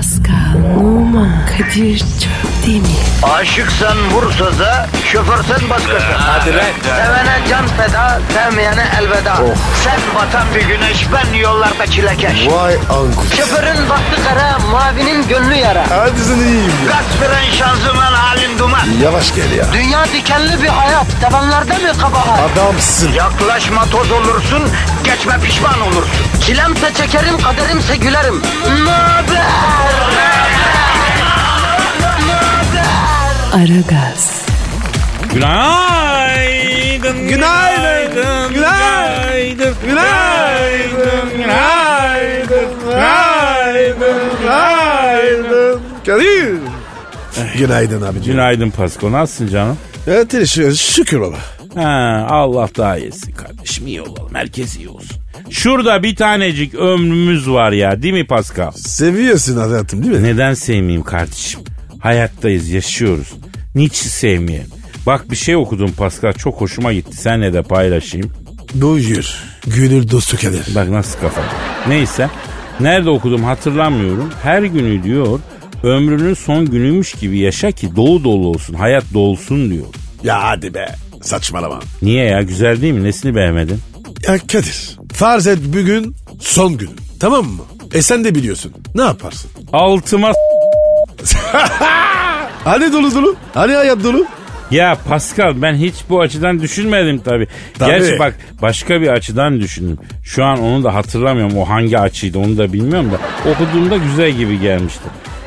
Pascal, Oman, Kadir çok değil mi? Aşıksan vursa da, şoförsen başkasın. Hadi lan. Sevene can feda, sevmeyene elveda. Sen batan bir güneş, ben yollarda çilekeş. Vay anku. Şoförün baktı kara, mavinin gönlü yara. Hadi sen iyiyim ya. Kasperen şanzıman halin duman. Yavaş gel ya. Dünya dikenli bir hayat, sevenlerde mi kabahar? Adamsın. Yaklaşma toz olursun, geçme pişman olursun. Çilemse çekerim, kaderimse gülerim. Möber! Aragaz, Günaydın. Günaydın. Günaydın. Günaydın. Günaydın. Kadir. Günaydın abicim. Günaydın Pasko. Nasılsın canım? Evet, şükür baba. Ha, Allah daha iyisin kardeşim. İyi olalım. Herkes iyi olsun. Şurada bir tanecik ömrümüz var ya, değil mi Pascal? Seviyorsun hayatım değil mi? Neden sevmeyeyim kardeşim? Hayattayız, yaşıyoruz. Niçin sevmeyelim? Bak bir şey okudum Pascal, çok hoşuma gitti. Seninle de paylaşayım. Buyur. Gönül dostu Kadir. Bak nasıl kafa. Neyse. Nerede okudum hatırlamıyorum. Her günü diyor ömrünün son günüymüş gibi yaşa ki dolu dolu olsun. Hayat dolsun diyor. Ya hadi be. Saçmalama. Niye ya, güzel değil mi? Nesini beğenmedin? Ya Kadir. Farz et bugün son gün. Tamam mı? Sen de biliyorsun. Ne yaparsın? Altıma Hani dolu dolu? Hani hayat dolu? Ya Pascal, ben hiç bu açıdan düşünmedim tabii. Gerçi bak başka bir açıdan düşündüm. Şu an onu da hatırlamıyorum. O hangi açıydı onu da bilmiyorum da. Okuduğumda güzel gibi gelmişti.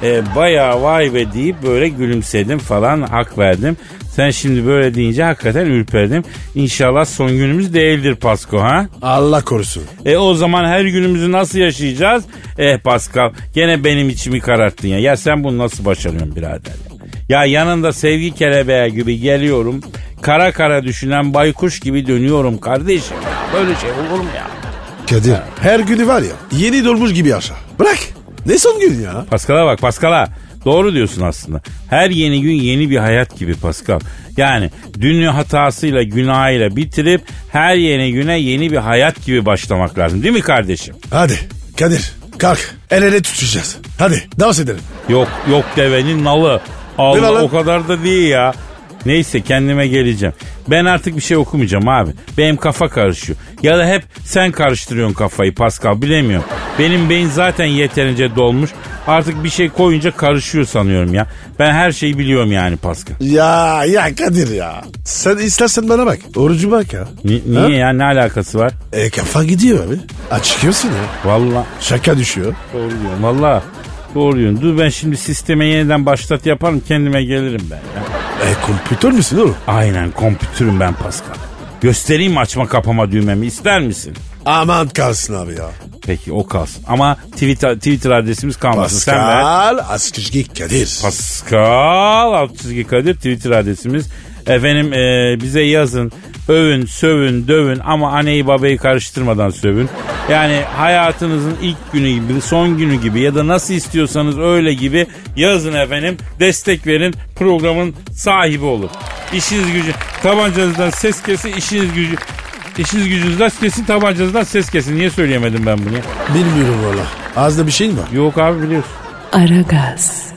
Bayağı vay be deyip böyle gülümsedim falan, hak verdim. Sen şimdi böyle deyince hakikaten ürperdim. İnşallah son günümüz değildir Pasko ha? Allah korusun. O zaman her günümüzü nasıl yaşayacağız? Pascal, gene benim içimi kararttın ya. Ya sen bunu nasıl başarıyorsun birader ya? Ya yanında sevgi kelebeği gibi geliyorum. Kara kara düşünen baykuş gibi dönüyorum kardeşim. Böyle şey olur mu ya? Kadir, her günü var ya yeni dolmuş gibi yaşa. Bırak. Ne son gün ya? Pascal'a bak Pascal'a. Doğru diyorsun aslında. Her yeni gün yeni bir hayat gibi Pascal. Yani dünü hatasıyla günahıyla bitirip her yeni güne yeni bir hayat gibi başlamak lazım. Değil mi kardeşim? Hadi Kadir kalk. El ele tutuşacağız. Hadi dans edelim. Yok devenin nalı. Allah nalı? o kadar da değil ya. Neyse kendime geleceğim. Ben artık bir şey okumayacağım abi. Benim kafa karışıyor. Ya da hep sen karıştırıyorsun kafayı Pascal, bilemiyorum. Benim beyin zaten yeterince dolmuş. Artık bir şey koyunca karışıyor sanıyorum ya. Ben her şeyi biliyorum yani Pascal. Ya Kadir ya. Sen istersen bana bak. Orucu bak ya. Niye ya, ne alakası var? Kafa gidiyor abi. Açıkıyorsun ya. Vallahi. Şaka düşüyor. Doğru diyorsun vallahi. Doğru diyorsun. Dur ben şimdi sisteme yeniden başlat yaparım, kendime gelirim ben ya. Kompütör müsün oğlum? Aynen kompütürüm ben Pascal. Göstereyim mi açma kapama düğmemi, ister misin? Aman kalsın abi ya. Peki o kalsın. Ama Twitter adresimiz kalmasın. Sen ver. Pascal Askışgi Kadir. Pascal _ Kadir Twitter adresimiz. Efendim bize yazın. Övün, sövün, dövün ama anneyi babayı karıştırmadan sövün. Yani hayatınızın ilk günü gibi, son günü gibi ya da nasıl istiyorsanız öyle gibi yazın efendim. Destek verin, programın sahibi olun. İşiniz gücü tabancanızdan ses kesin, işiniz gücünüzden kesin, tabancanızdan ses kesin. Niye söyleyemedim ben bunu? Bilmiyorum valla. Ağzında bir şey mi var? Yok abi, biliyorsun. Aragaz.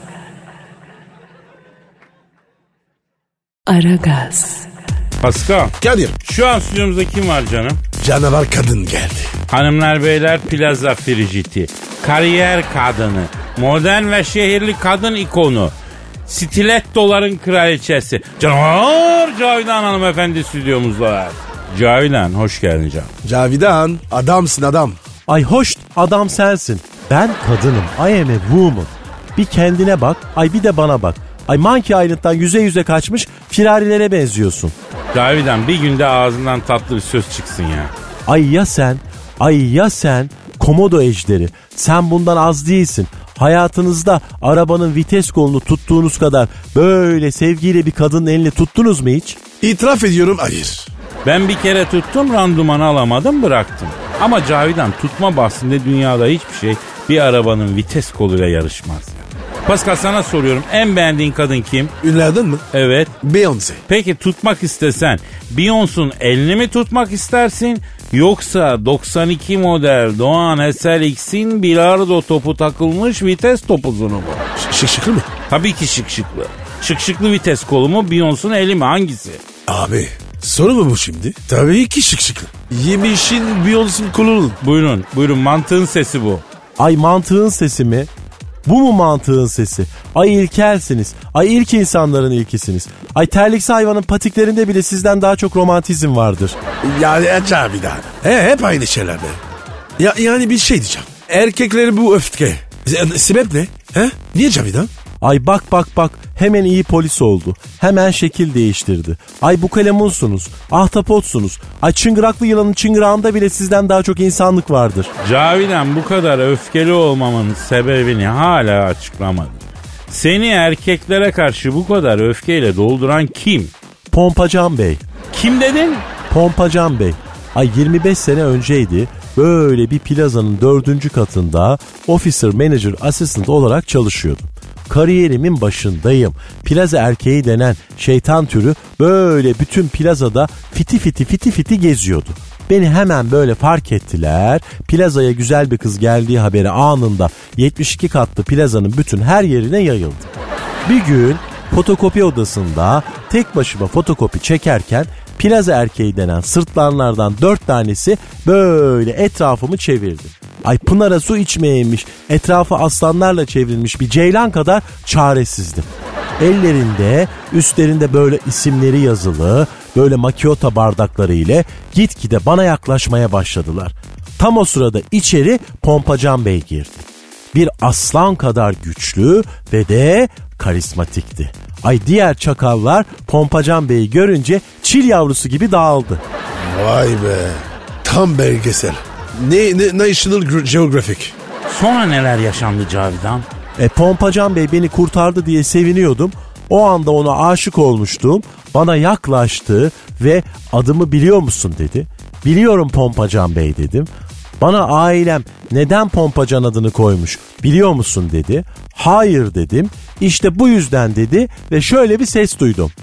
Aragaz. Pascal, Kadir. şu an stüdyomuzda kim var canım? Canavar kadın geldi. Hanımlar beyler, plaza frijiti, kariyer kadını, modern ve şehirli kadın ikonu, stilettoların kraliçesi Canavar Cavidan hanımefendi stüdyomuzda. Cavidan hoş geldin canım. Cavidan adamsın adam. Ay hoş adam sensin. Ben kadınım. I am a woman. Bir kendine bak. Ay bir de bana bak. Ay Monkey Island'dan yüze kaçmış firarilere benziyorsun. Cavidan bir günde ağzından tatlı bir söz çıksın ya. Ay ya sen komodo ejderi. Sen bundan az değilsin. Hayatınızda arabanın vites kolunu tuttuğunuz kadar böyle sevgiyle bir kadının elini tuttunuz mu hiç? İtiraf ediyorum hayır. Ben bir kere tuttum, randımanı alamadım, bıraktım. Ama Cavidan, tutma bahsinde dünyada hiçbir şey bir arabanın vites koluyla yarışmaz. Pascal, sana soruyorum, en beğendiğin kadın kim? Ünlerdin mi? Evet. Beyoncé. Peki tutmak istesen Beyoncé'un elini mi tutmak istersin Yoksa 92 model Doğan SLX'in bilardo topu takılmış vites topuzunu mu? Şıklı mı? Tabii ki şıklı. Şıklı vites kolu mu, Beyoncé'nun eli mi, hangisi? Abi soru mu bu şimdi? Tabii ki şıklı. Yemişin Beyoncé'nin kolunun. Buyurun mantığın sesi bu. Ay mantığın sesi mi? Bu mu mantığın sesi? Ay ilkelsiniz. Ay ilk insanların ilkisiniz. Ay terliksi hayvanın patiklerinde bile sizden daha çok romantizm vardır. Yani Cavidan. Hep aynı şeyler be. Yani bir şey diyeceğim. Erkekleri bu öfke. Sebep ne? Niye Cavidan? Ay bak hemen iyi polis oldu. Hemen şekil değiştirdi. Ay bu kalemunsunuz. Ahtapotsunuz. Ay çıngıraklı yılanın çıngırağında bile sizden daha çok insanlık vardır. Cavidan bu kadar öfkeli olmamanın sebebini hala açıklamadı. Seni erkeklere karşı bu kadar öfkeyle dolduran kim? Pompacan Bey. Kim dedin? Pompacan Bey. Ay 25 sene önceydi. Böyle bir plazanın 4. katında officer manager assistant olarak çalışıyordum. Kariyerimin başındayım. Plaza erkeği denen şeytan türü böyle bütün plazada fiti geziyordu. Beni hemen böyle fark ettiler. Plazaya güzel bir kız geldiği haberi anında 72 katlı plazanın bütün her yerine yayıldı. Bir gün fotokopi odasında tek başıma fotokopi çekerken plaza erkeği denen sırtlanlardan 4 tanesi böyle etrafımı çevirdi. Ay Pınar'a su içmeyeymiş, etrafı aslanlarla çevrilmiş bir ceylan kadar çaresizdim. Ellerinde, üstlerinde böyle isimleri yazılı, böyle makyota bardakları ile gitgide bana yaklaşmaya başladılar. Tam o sırada içeri Pompacan Bey girdi. Bir aslan kadar güçlü ve de karizmatikti. Ay diğer çakallar Pompacan Bey'i görünce çil yavrusu gibi dağıldı. Vay be. Tam belgesel. National Geographic. Sonra neler yaşandı Cavidan? Pompacan Bey beni kurtardı diye seviniyordum. O anda ona aşık olmuştum. Bana yaklaştı ve adımı biliyor musun dedi. Biliyorum Pompacan Bey dedim. Bana ailem neden Pompacan adını koymuş biliyor musun dedi. Hayır dedim. İşte bu yüzden dedi ve şöyle bir ses duydum.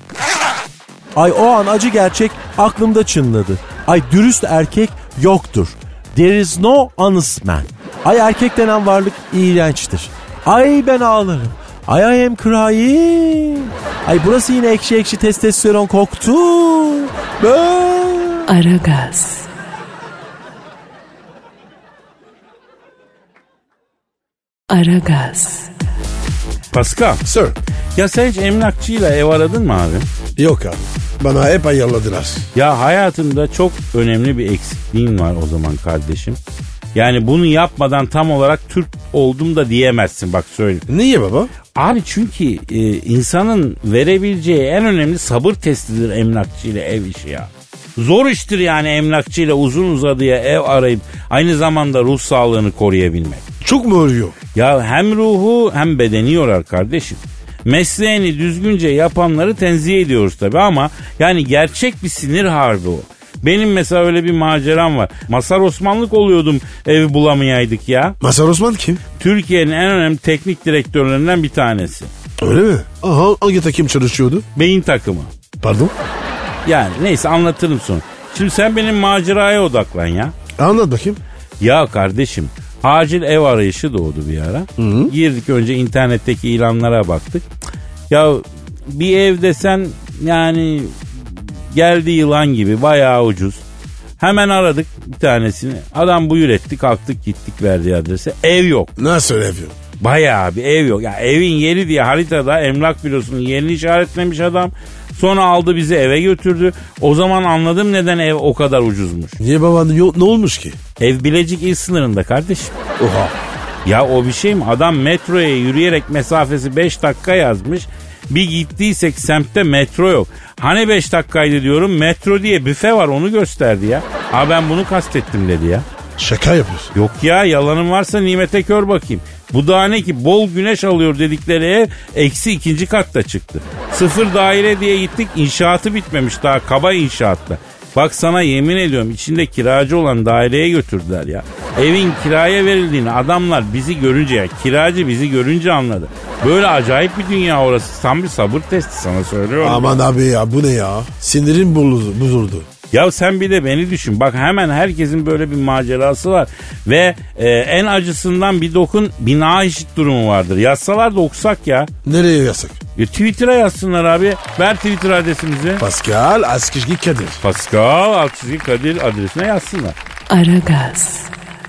Ay o an acı gerçek aklımda çınladı. Ay dürüst erkek yoktur. There is no honest man. Ay erkek denen varlık iğrençtir. Ay ben ağlarım. Ay I am crying. Ay burası yine ekşi testosteron koktu. Aragaz. Aragaz. Pascal. Sir. Ya sen hiç emlakçıyla ev aradın mı abi? Yok abi. Bana hep ayarladılar. Ya hayatında çok önemli bir eksikliğin var o zaman kardeşim. Yani bunu yapmadan tam olarak Türk oldum da diyemezsin, bak söyleyeyim. Niye baba? Abi çünkü insanın verebileceği en önemli sabır testidir emlakçıyla ev işi ya. Zor iştir yani emlakçıyla uzun uzadıya ev arayıp aynı zamanda ruh sağlığını koruyabilmek. Çok mu örüyor? Ya hem ruhu hem bedeni yorar kardeşim. Mesleğini düzgünce yapanları tenzih ediyoruz tabii ama yani gerçek bir sinir harbi o. Benim mesela öyle bir maceram var. Mazhar Osmanlık oluyordum ev bulamayaydık ya. Mazhar Osman kim? Türkiye'nin en önemli teknik direktörlerinden bir tanesi. Öyle mi? Aha, hangi takım çalışıyordu? Beyin takımı. Pardon? Yani neyse anlatırım sonra. Şimdi sen benim maceraya odaklan ya. Anlat bakayım. Ya kardeşim acil ev arayışı doğdu bir ara. Hı-hı. Girdik önce internetteki ilanlara baktık. Ya bir ev desen yani geldi yılan gibi bayağı ucuz. Hemen aradık bir tanesini. Adam buyur etti kalktık gittik verdiği adrese. Ev yok. Nasıl ev yok? Bayağı bir ev yok. Ya evin yeri diye haritada emlak bürosunun yerini işaretlemiş adam. Sonra aldı bizi eve götürdü. O zaman anladım neden ev o kadar ucuzmuş. Niye baba ne olmuş ki? Ev Bilecik il sınırında kardeşim. Oha. Ya o bir şey mi? Adam metroya yürüyerek mesafesi 5 dakika yazmış. Bir gittiysek semtte metro yok. Hani 5 dakikaydı diyorum, metro diye büfe var onu gösterdi ya. Ha ben bunu kastettim dedi ya. Şaka yapıyorsun. Yok ya yalanın varsa nimete kör bakayım. Bu daha ne ki bol güneş alıyor dedikleri ev eksi 2. katta çıktı. 0 daire diye gittik inşaatı bitmemiş daha kaba inşaatla. Bak sana yemin ediyorum içinde kiracı olan daireye götürdüler ya. Evin kiraya verildiğini adamlar bizi görünce ya kiracı bizi görünce anladı. Böyle acayip bir dünya orası tam bir sabır testi sana söylüyorum. Aman abi ya bu ne ya? Sinirim bozuldu. Ya sen bir de beni düşün. Bak hemen herkesin böyle bir macerası var. Ve en acısından bir dokun bina eşit durumu vardır. Yazsalar da okusak ya. Nereye yasak? Twitter'a yazsınlar abi. Ver Twitter adresimizi. Pascal Askışgi Kadir. Pascal Askışgi Kadir adresine yazsınlar. Aragaz.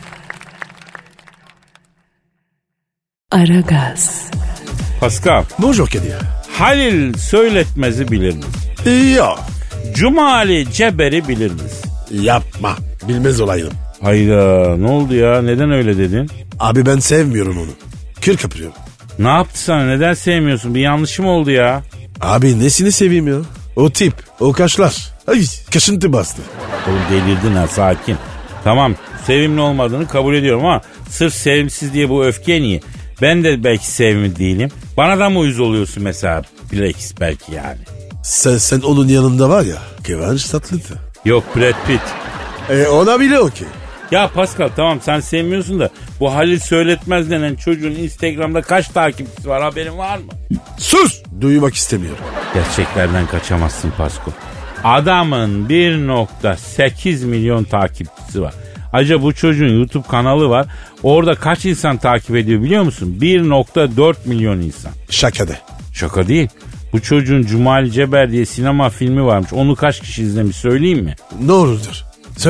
Aragaz. Pascal. Bonjour Kadir. Halil Söyletmez'i bilir misin? Yok. Cumali Ceber'i bilir misin? Yapma. Bilmez olayım. Hayda ne oldu ya? Neden öyle dedin? Abi ben sevmiyorum onu. Kır kapıyorum. Ne yaptı sana? Neden sevmiyorsun? Bir yanlışım oldu ya. Abi nesini seveyim ya? O tip, o kaşlar. Ay kaşıntı bastı. Oğlum delirdin ha, sakin. Tamam, sevimli olmadığını kabul ediyorum ama sırf sevimsiz diye bu öfke niye? Ben de belki sevimli değilim. Bana da mı uyuz oluyorsun mesela? Bilakis belki yani. Sen onun yanında var ya, Kıvanç Tatlıtuğ. Yok, Brad Pitt. Ona bile okey. Ya Pascal tamam sen sevmiyorsun da bu Halil Söyletmez denen çocuğun Instagram'da kaç takipçisi var, haberin var mı? Sus! Duymak istemiyorum. Gerçeklerden kaçamazsın Pasko. Adamın 1.8 milyon takipçisi var. Acaba bu çocuğun YouTube kanalı var. Orada kaç insan takip ediyor biliyor musun? 1.4 milyon insan. Şaka de. Şaka değil. Bu çocuğun Cumali Ceber diye sinema filmi varmış. Onu kaç kişi izlemiş söyleyeyim mi? Ne olurdur.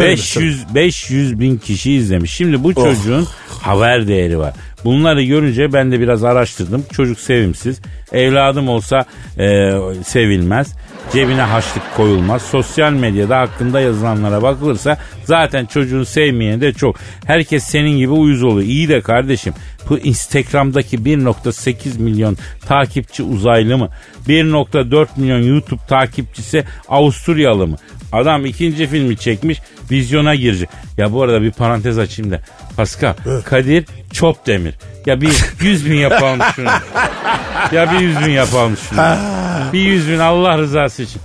500 bin kişi izlemiş. Şimdi bu çocuğun haber değeri var. Bunları görünce ben de biraz araştırdım. Çocuk sevimsiz. Evladım olsa sevilmez. Cebine haçlık koyulmaz. Sosyal medyada hakkında yazılanlara bakılırsa zaten çocuğun sevmeyeni de çok. Herkes senin gibi uyuz oluyor. İyi de kardeşim bu Instagram'daki 1.8 milyon takipçi uzaylı mı? 1.4 milyon YouTube takipçisi Avusturyalı mı? Adam ikinci filmi çekmiş, vizyona girecek. Ya bu arada bir parantez açayım da. Pascal, Kadir Çopdemir. Ya bir 100 bin yapalım şunu. Ya bir 100 bin yapalım şunu. Bir 100 bin Allah rızası için.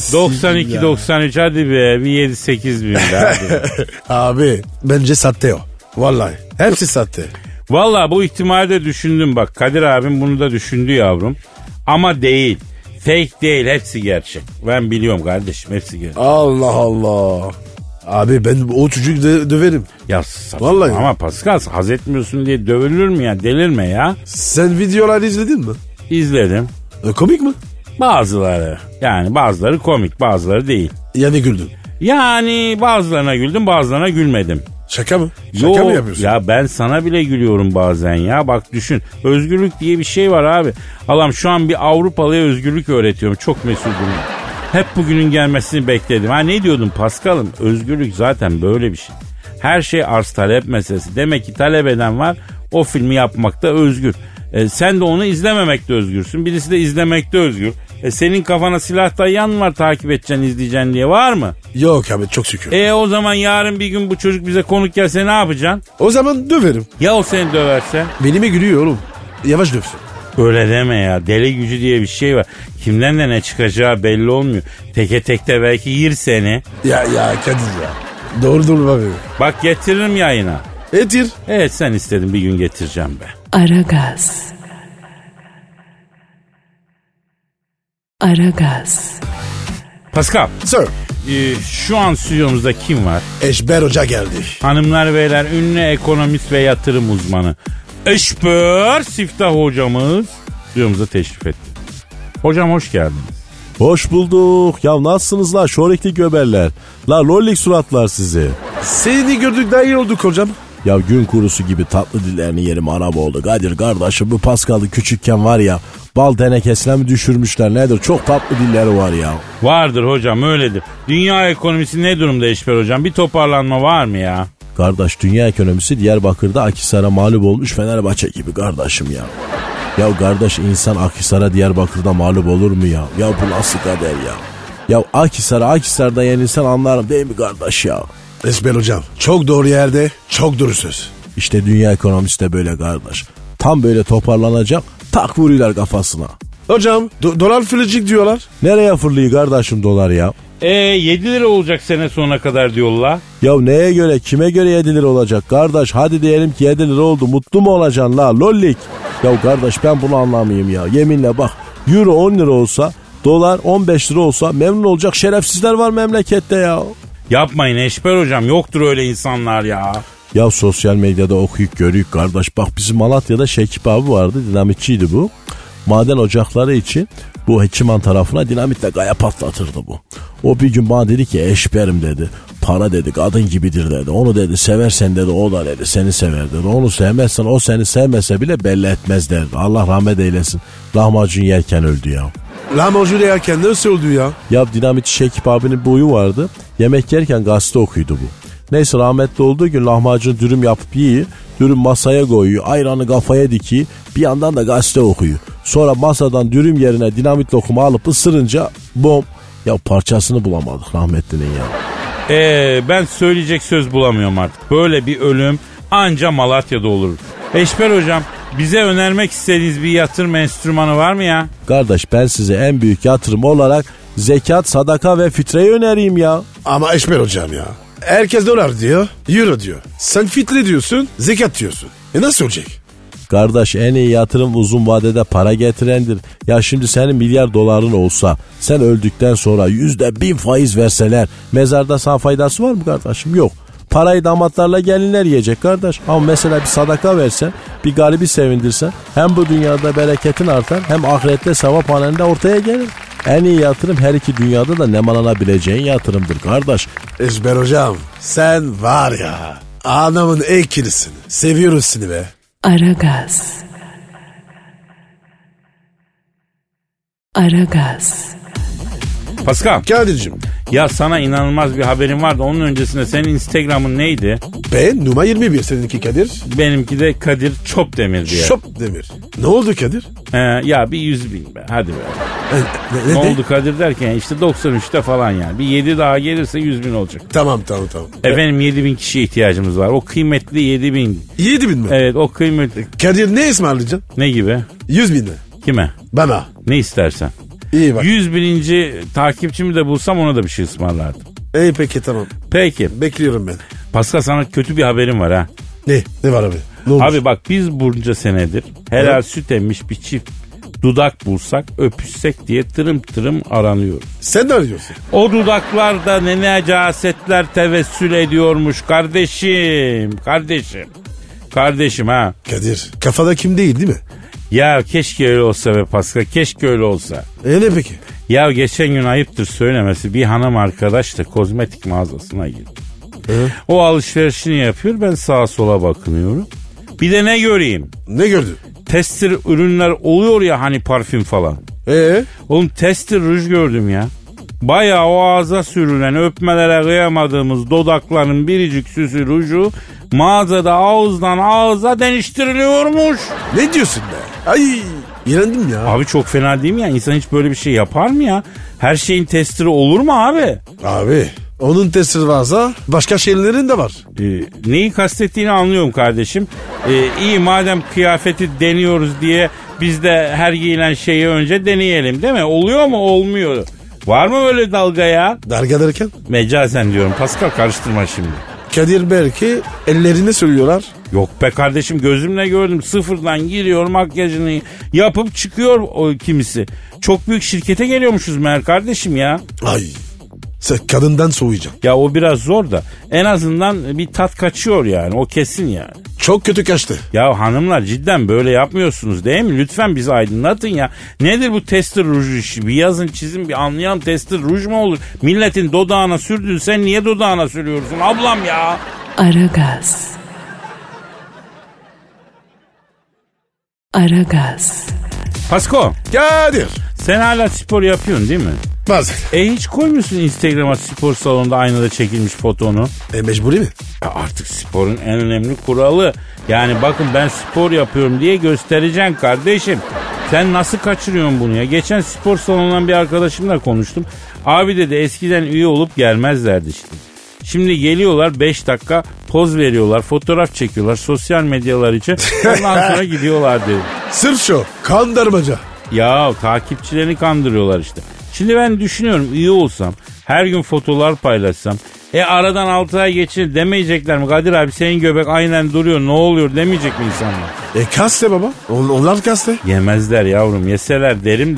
92-93 hadi be. Bir 7-8 bin be hadi. Abi bence sahte o. Vallahi hepsi sahte. Vallahi bu ihtimali de düşündüm bak. Kadir abim bunu da düşündü yavrum. Ama değil. Fake değil, hepsi gerçek. Ben biliyorum kardeşim, hepsi gerçek. Allah Allah. Abi ben o çocuğu döverim. Ya vallahi ama Pascal haz etmiyorsun diye dövülür mü ya? Delirme ya. Sen videoları izledin mi? İzledim. Komik mi? Bazıları. Yani bazıları komik, bazıları değil. Yani güldün. Yani bazılarına güldüm, bazılarına gülmedim. Şaka mı? Şaka mı yapıyorsun? Ya ben sana bile gülüyorum bazen ya. Bak düşün. Özgürlük diye bir şey var abi. Allah'ım şu an bir Avrupalıya özgürlük öğretiyorum. Çok mesudum. Hep bugünün gelmesini bekledim. Ha ne diyordun Paskal'ım? Özgürlük zaten böyle bir şey. Her şey arz talep meselesi. Demek ki talep eden var. O filmi yapmakta özgür. Sen de onu izlememekte özgürsün. Birisi de izlemekte özgür. Senin kafana silah dayayan var, takip edeceksin, izleyeceksin diye var mı? Yok abi çok şükür. O zaman yarın bir gün bu çocuk bize konuk gelse ne yapacaksın? O zaman döverim. Ya o seni döverse? Beni mi gülüyor oğlum? Yavaş dövsün. Öyle deme ya. Deli gücü diye bir şey var. Kimden de ne çıkacağı belli olmuyor. Teke tekte belki yer seni. Ya Kadir ya. Doğru abi. Bak getiririm yayına. Getir. Evet sen istedin, bir gün getireceğim be. Aragaz. Aragaz. Pascal. Sir. Şu an stüdyomuzda kim var? Eşber Hoca geldi. Hanımlar beyler, ünlü ekonomist ve yatırım uzmanı Eşber Siftah hocamız stüdyomuza teşrif etti. Hocam hoş geldiniz. Hoş bulduk. Ya nasılsınız la şorekli göberler? La lollik suratlar sizi. Seni gördük daha iyi olduk hocam. Ya gün kurusu gibi tatlı dillerini yerim anam oldu. Kadir kardeşim bu Pascal'ı küçükken var ya bal tenekesine mi düşürmüşler nedir? Çok tatlı dilleri var ya. Vardır hocam, öyledir. Dünya ekonomisi ne durumda Eşber hocam? Bir toparlanma var mı ya? Kardeş dünya ekonomisi Diyarbakır'da Akhisar'a mağlup olmuş Fenerbahçe gibi kardeşim ya. Ya kardeş insan Akhisar'a Diyarbakır'da mağlup olur mu ya? Ya bu nasıl kader ya? Ya Akhisar'da yenilsen anlarım değil mi kardeş ya? Eşber hocam çok doğru yerde çok doğru söz. İşte dünya ekonomisi de böyle kardeş. Tam böyle toparlanacak tak vuruyorlar kafasına. Hocam dolar fırlayacak diyorlar. Nereye fırlıyor kardeşim dolar ya? 7 lira olacak sene sonuna kadar diyorlar. Ya neye göre kime göre 7 lira olacak kardeş? Hadi diyelim ki 7 lira oldu, mutlu mu olacaksın la lollik? Ya kardeş ben bunu anlamayayım ya, yeminle bak euro 10 lira olsa Dolar 15 lira olsa memnun olacak şerefsizler var memlekette ya. Yapmayın Eşber hocam, yoktur öyle insanlar ya. Ya sosyal medyada okuyup görüyük kardeş. Bak bizim Malatya'da Şekip abi vardı, dinamitçiydi bu. Maden ocakları için bu Hekiman tarafına dinamitle kaya patlatırdı bu. O bir gün bana dedi ki Eşberim dedi. Para dedi kadın gibidir dedi. Onu dedi seversen dedi o da dedi seni sever dedi. Onu sevmezsen o seni sevmese bile belli etmez derdi. Allah rahmet eylesin. Lahmacun yerken öldü ya. Lahmacun yerken nasıl öldü ya? Ya dinamitçi Şekip abinin boyu vardı. Yemek yerken gazete okuydu bu. Neyse rahmetli olduğu gün lahmacun dürüm yapıp yiyor. Dürüm masaya koyuyor. Ayranı kafaya dikiyor. Bir yandan da gazete okuyor. Sonra masadan dürüm yerine dinamit lokumu alıp ısırınca bom. Ya parçasını bulamadık rahmetlinin ya. Ben söyleyecek söz bulamıyorum artık. Böyle bir ölüm anca Malatya'da olur. Eşber hocam, bize önermek istediğiniz bir yatırım enstrümanı var mı ya? Kardeş ben size en büyük yatırım olarak zekat, sadaka ve fitreyi önereyim ya. Ama Eşber hocam ya. Herkes dolar diyor, euro diyor. Sen fitre diyorsun, zekat diyorsun. Nasıl olacak? Kardeş en iyi yatırım uzun vadede para getirendir. Ya şimdi senin milyar doların olsa sen öldükten sonra %1000 faiz verseler mezarda sana faydası var mı kardeşim? Yok. Parayı damatlarla gelinler yiyecek kardeş. Ama mesela bir sadaka versen, bir garibi sevindirsen hem bu dünyada bereketin artar hem ahirette sevap hanende ortaya gelir. En iyi yatırım her iki dünyada da nemalanabileceğin yatırımdır kardeş. Eşber hocam sen var ya anamın ekilisin. Seviyoruz seni be. Aragaz. Aragaz. Pascal, Kadir'cim ya sana inanılmaz bir haberim vardı. Onun öncesinde senin Instagram'ın neydi? ben numara 21 seninki Kadir. Benimki de Kadir Çopdemir diye. Çopdemir. Ne oldu Kadir? Ya bir 100.000 be, hadi be. Ne Ne oldu Kadir derken işte 93'te falan yani. Bir 7 daha gelirse 100.000 olacak. Tamam. Efendim 7.000 kişiye ihtiyacımız var. O kıymetli 7.000. 7.000 mi? Evet, o kıymetli. Kadir ne ısmarlayacaksın? Ne gibi? 100.000 mi? Kime? Bana. Ne istersen. İyi bak. 101. takipçimi de bulsam ona da bir şey ısmarlardım. İyi peki tamam. Peki. Bekliyorum ben. Pascal, sana kötü bir haberim var ha. Ne var abi? Ne olmuş? Abi bak, biz bunca senedir helal süt emmiş bir çift dudak bulsak öpüşsek diye tırım tırım aranıyoruz. Sen ne arıyorsun? O dudaklarda ne necasetler tevessül ediyormuş kardeşim. Kardeşim ha. Kadir kafada kim değil mi? Ya keşke öyle olsa be Pascal, keşke öyle olsa. Ne peki? Ya geçen gün ayıptır söylemesi bir hanım arkadaş da kozmetik mağazasına girdi. O alışverişini yapıyor, ben sağa sola bakınıyorum. Bir de ne göreyim? Ne gördün? Tester ürünler oluyor ya hani, parfüm falan. Oğlum tester ruj gördüm ya. Bayağı o ağza sürülen, öpmelere kıyamadığımız dudakların biricik süsü ruju mağazada ağızdan ağıza deniştiriliyormuş. Ne diyorsun be? Ay iğrendim ya. Abi çok fena değil mi ya? İnsan hiç böyle bir şey yapar mı ya? Her şeyin testeri olur mu abi? Abi onun testleri varsa başka şeylerin de var. Neyi kastettiğini anlıyorum kardeşim. İyi, madem kıyafeti deniyoruz diye biz de her giyilen şeyi önce deneyelim değil mi? Oluyor mu? Olmuyor. Var mı böyle dalga ya? Dalga derken? Mecazen diyorum Pascal, karıştırma şimdi. Kadir belki ellerine söylüyorlar. Yok be kardeşim, gözümle gördüm. Sıfırdan giriyor, makyajını yapıp çıkıyor o kimisi. Çok büyük şirkete geliyormuşuz meğer kardeşim ya. Ay sen kadından soğuyacaksın. Ya o biraz zor da en azından bir tat kaçıyor yani, o kesin yani. Çok kötü kaçtı. Ya hanımlar cidden böyle yapmıyorsunuz değil mi? Lütfen bizi aydınlatın ya. Nedir bu tester ruj işi? Bir yazın çizin, bir anlayan tester ruj mu olur? Milletin dodağına sürdün, sen niye dodağına sürüyorsun ablam ya? Aragaz. Aragaz. Pasko, Kadir. sen hala spor yapıyorsun değil mi? Bazen. Hiç koymuyorsun Instagram'a spor salonunda aynada çekilmiş fotonu. Mecburi mi? Ya artık sporun en önemli kuralı. Yani bakın ben spor yapıyorum diye göstereceksin kardeşim. Sen nasıl kaçırıyorsun bunu ya? Geçen spor salonundan bir arkadaşımla konuştum. Abi dedi, eskiden üye olup gelmezlerdi işte. Şimdi geliyorlar, 5 dakika poz veriyorlar, fotoğraf çekiyorlar sosyal medyalar için. Ondan sonra gidiyorlar dedi. Sırf şu kandırmaca. Ya takipçilerini kandırıyorlar işte. Şimdi ben düşünüyorum, üye olsam, her gün fotoğraflar paylaşsam, aradan 6 ay geçir demeyecekler mi? Kadir abi senin göbek aynen duruyor, ne oluyor demeyecek mi insanlar? Kaste baba. Onlar kaste. Yemezler yavrum, yeseler derim de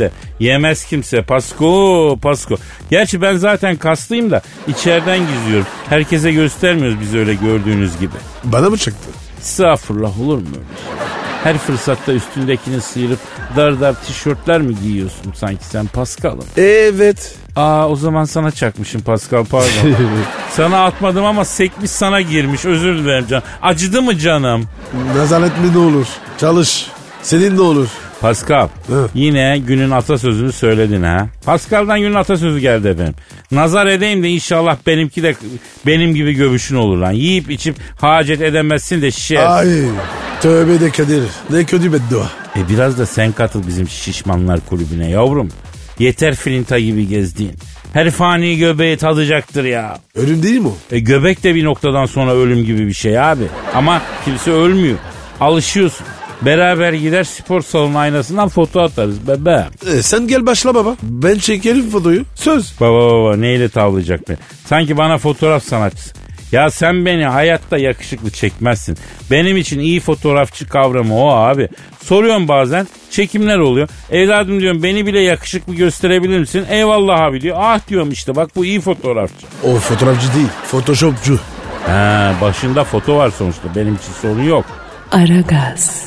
Yemez kimse. Pasko. Gerçi ben zaten kaslıyım da içeriden gizliyorum. Herkese göstermiyoruz biz öyle gördüğünüz gibi. Bana mı çıktı? Estağfurullah, olur mu öyle şey? Her fırsatta üstündekini sıyırıp dar tişörtler mi giyiyorsun sanki sen Paskal'ım? Evet. O zaman sana çakmışım Pascal, pardon. Sana atmadım ama sekmiş sana girmiş, özür dilerim canım. Acıdı mı canım? Nazar etme ne olur. Çalış. Senin de olur. Pascal, yine günün atasözünü söyledin ha. Pascal'dan günün atasözü geldi efendim. Nazar edeyim de inşallah benimki de benim gibi göbüşün olur lan. Yiyip içip hacet edemezsin de şişer. Ay tövbe de Kadir. Ne kötü beddua. Biraz da sen katıl bizim şişmanlar kulübüne yavrum. Yeter filinta gibi gezdiğin. Her fani göbeği tadacaktır ya. Ölüm değil mi o? Göbek de bir noktadan sonra ölüm gibi bir şey abi. Ama kimse ölmüyor. Alışıyorsun. Beraber gider spor salonu aynasından foto atarız bebeğim. Sen gel başla baba. Ben çekerim fotoyu. Söz. Baba neyle tavlayacak beni? Sanki bana fotoğraf sanatçısı. Ya sen beni hayatta yakışıklı çekmezsin. Benim için iyi fotoğrafçı kavramı o abi. Soruyorum bazen, çekimler oluyor. Evladım diyorum, beni bile yakışıklı gösterebilir misin? Eyvallah abi diyor. Ah diyorum, işte bak bu iyi fotoğrafçı. O fotoğrafçı değil, photoshopçu. Başında foto var sonuçta, benim için sorun yok. Aragaz.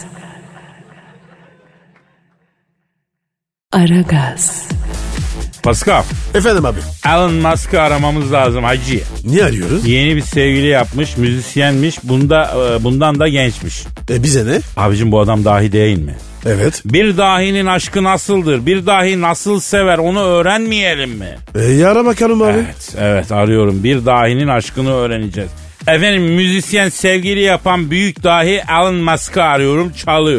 Pascal. Efendim abi. Elon Musk'ı aramamız lazım hacı. Niye arıyoruz? Yeni bir sevgili yapmış, müzisyenmiş, bundan da gençmiş. Bize ne? Abicim bu adam dahi değil mi? Evet. Bir dahinin aşkı nasıldır? Bir dahi nasıl sever, onu öğrenmeyelim mi? Ara bakalım abi. Evet arıyorum. Bir dahinin aşkını öğreneceğiz. Efendim, müzisyen sevgili yapan büyük dahi Elon Musk'ı arıyorum.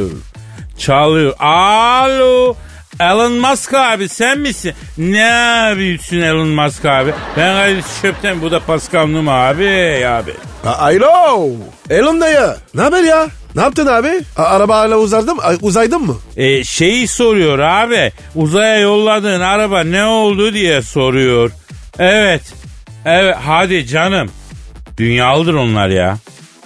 Çalıyor. Alo. Elon Musk abi sen misin? Ne yapıyorsun Elon Musk abi? Ben Kadir Çöpten, bu da Pascal Numa abi. Alo. Elon dayı. Ne haber ya? Ne yaptın abi? Araba hala uzaydın mı? Şeyi soruyor abi. Uzaya yolladığın araba ne oldu diye soruyor. Evet hadi canım. Dünyalıdır onlar ya.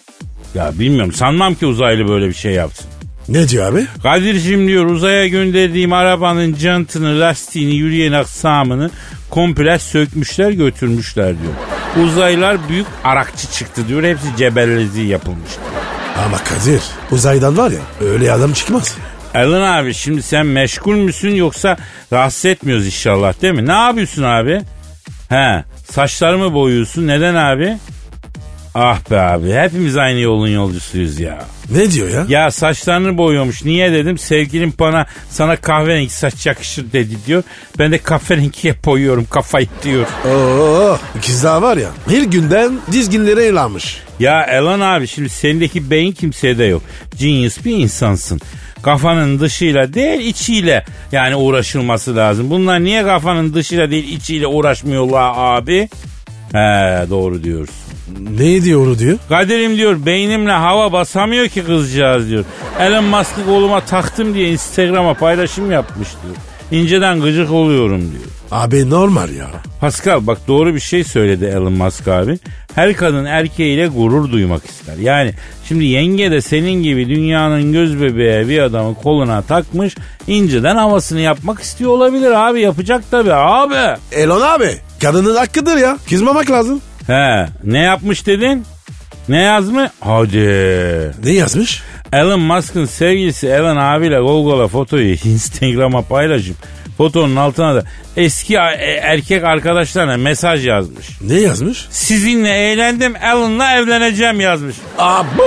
Ya bilmiyorum, sanmam ki uzaylı böyle bir şey yapsın. Ne diyor abi? Kadir'cim diyor, uzaya gönderdiğim arabanın jantını, lastiğini, yürüyen aksamını komple sökmüşler, götürmüşler diyor. Uzaylılar büyük arakçı çıktı diyor. Hepsi cebellezi yapılmış. Ama Kadir, uzaydan var ya, öyle adam çıkmaz. Elin abi, şimdi sen meşgul müsün yoksa rahatsız etmiyoruz inşallah değil mi? Ne yapıyorsun abi? Saçlarımı boyuyorsun. Neden abi? Ah be abi, hepimiz aynı yolun yolcusuyuz ya. Ne diyor ya? Ya saçlarını boyuyormuş. Niye dedim? Sevgilim sana kahverengi saç yakışır dedi diyor. Ben de kahverengiye boyuyorum kafayı diyor. İkiz daha var ya, bir günden dizginlere eğlenmiş. Ya Elon abi, şimdi sendeki beyin kimsede yok. Genius bir insansın. Kafanın dışıyla değil içiyle yani uğraşılması lazım. Bunlar niye kafanın dışıyla değil içiyle uğraşmıyorlar abi? Doğru diyorsun. Ne diyor o diyor? Kadir'im diyor, beynimle hava basamıyor ki kızcağız diyor. Elon Musk'ı koluma taktım diye Instagram'a paylaşım yapmış diyor. İnceden gıcık oluyorum diyor. Abi normal ya. Pascal bak, doğru bir şey söyledi Elon Musk abi. Her kadın erkeğiyle gurur duymak ister. Yani şimdi yenge de senin gibi dünyanın göz bebeği bir adamı koluna takmış, inceden havasını yapmak istiyor olabilir abi. Yapacak tabii abi. Elon abi, kadının hakkıdır ya. Kızmamak lazım. Ne yapmış dedin? Ne yazmış? Hadi. Ne yazmış? Elon Musk'ın sevgilisi Elon abiyle Google'a fotoyu Instagram'a paylaşıp fotonun altına da eski erkek arkadaşlarına mesaj yazmış. Ne yazmış? Sizinle eğlendim, Elon'la evleneceğim yazmış. Abu!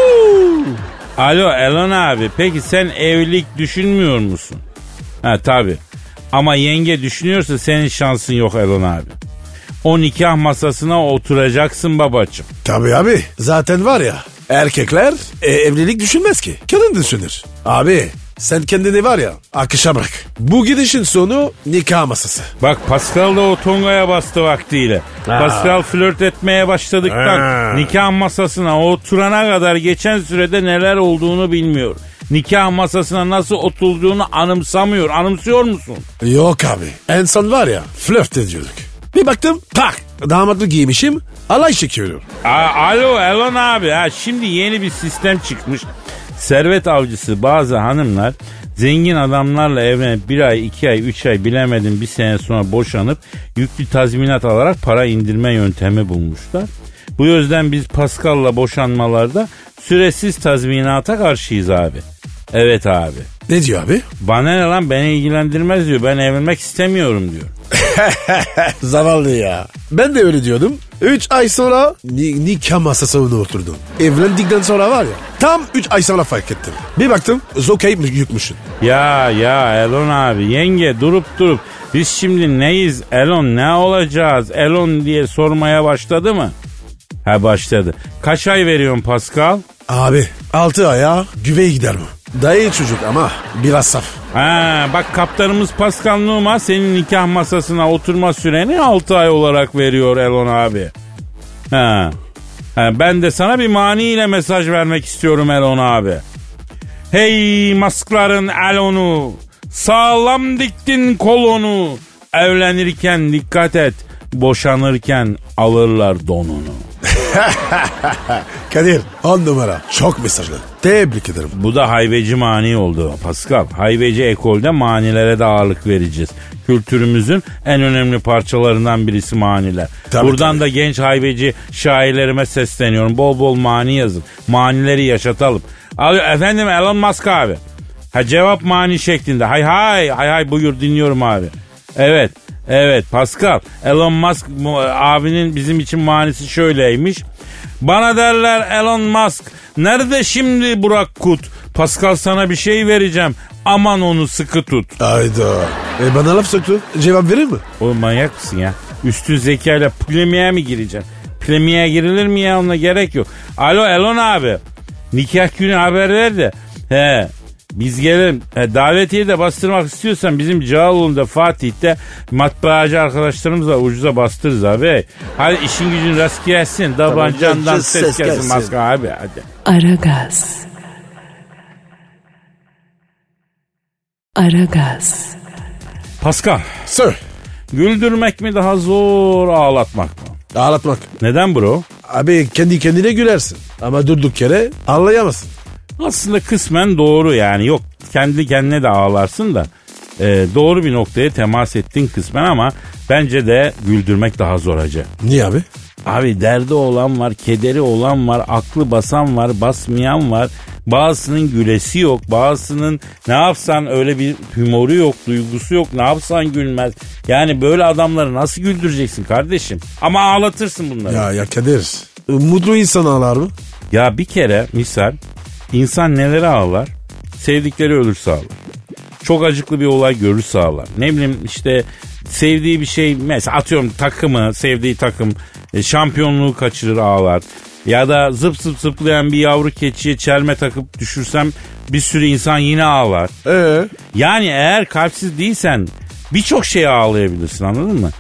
Alo Elon abi, peki sen evlilik düşünmüyor musun? Tabii. Ama yenge düşünüyorsa senin şansın yok Elon abi. O nikah masasına oturacaksın babacığım. Tabii abi. Zaten var ya, erkekler evlilik düşünmez ki. Kadın düşünür. Abi sen kendini var ya akışa bırak. Bu gidişin sonu nikah masası. Bak Pascal da o tongaya bastı vaktiyle. Pascal flört etmeye başladıktan nikah masasına oturana kadar geçen sürede neler olduğunu bilmiyor. Nikah masasına nasıl oturduğunu anımsamıyor. Anımsıyor musun? Yok abi. En son var ya flört ediyorduk. Bir baktım tak damatlık giymişim, alay çekiyorum. Alo Elon abi, şimdi yeni bir sistem çıkmış. Servet avcısı bazı hanımlar Zengin adamlarla evlenip 1 ay, 2 ay, 3 ay bilemedim bir sene sonra boşanıp yüklü tazminat alarak para indirme yöntemi bulmuşlar. Bu yüzden biz Pascal'la boşanmalarda süresiz tazminata karşıyız abi. Evet abi. Ne diyor abi? Bana ne lan, beni ilgilendirmez diyor. Ben evlenmek istemiyorum diyor. Zavallı ya. Ben de öyle diyordum. 3 ay sonra nikah masasına oturdum. Evlendikten sonra var ya, tam 3 ay sonra fark ettim. Bir baktım zokey yutmuşsun. Ya Elon abi, yenge durup biz şimdi neyiz Elon, ne olacağız Elon diye sormaya başladı mı? Ha, başladı. Kaç ay veriyorsun Pascal? Abi 6 aya güveye gider bu. Dayı çocuk ama biraz saf. Ha, bak kaptanımız Pascal Numa senin nikah masasına oturma süreni 6 ay olarak veriyor Elon abi. Ha, ben de sana bir mani ile mesaj vermek istiyorum Elon abi. Hey Musk'ların Elon'u, sağlam diktin kolonu. Evlenirken dikkat et, boşanırken alırlar donunu. Kadir 10 numara. Çok mesajlı. Tebrik ederim. Bu da haybeci mani oldu Pascal. Haybeci ekolde manilere de ağırlık vereceğiz. Kültürümüzün en önemli parçalarından birisi maniler. Buradan da genç haybeci şairlerime sesleniyorum. Bol bol mani yazın. Manileri yaşatalım. Efendim Elon Musk abi. Cevap mani şeklinde. Hay buyur dinliyorum abi. Evet Pascal. Elon Musk abinin bizim için manisi şöyleymiş. Bana derler Elon Musk. Nerede şimdi Burak Kut? Pascal sana bir şey vereceğim. Aman onu sıkı tut. Hayda. Bana laf soktu. Cevap verir mi? Oğlum manyak mısın ya? Üstün zekayla plemiğe mi gireceksin? Plemiğe girilir mi ya? Ona gerek yok. Alo Elon abi. Nikah günü haber ver de. Biz gelelim. Davetiye de bastırmak istiyorsan bizim Cağaloğlu'nda Fatih'te matbaacı arkadaşlarımızla ucuza bastırırız abi. Hadi işin gücün rast gelsin. Davancandan ses gelsin Maska abi hadi. Aragaz. Pascal. Sir. Güldürmek mi daha zor, ağlatmak mı? Ağlatmak. Neden bro? Abi kendi kendine gülersin. Ama durduk yere ağlayamazsın. Aslında kısmen doğru yani. Yok kendi kendine de ağlarsın da doğru bir noktaya temas ettin kısmen ama bence de güldürmek daha zor hacı. Niye abi? Abi derdi olan var, kederi olan var, aklı basan var, basmayan var. Bazısının gülesi yok, bazısının ne yapsan öyle bir humoru yok, duygusu yok, ne yapsan gülmez. Yani böyle adamları nasıl güldüreceksin kardeşim? Ama ağlatırsın bunları. Ya Kadir, mutlu insan ağlar mı? Ya bir kere misal insan nelere ağlar? Sevdikleri ölürse ağlar. Çok acıklı bir olay görürse ağlar. Ne bileyim işte sevdiği bir şey, mesela atıyorum takımı, sevdiği takım şampiyonluğu kaçırır ağlar. Ya da zıp zıplayan bir yavru keçiye çelme takıp düşürsem bir sürü insan yine ağlar. Yani eğer kalpsiz değilsen birçok şeye ağlayabilirsin, anladın mı?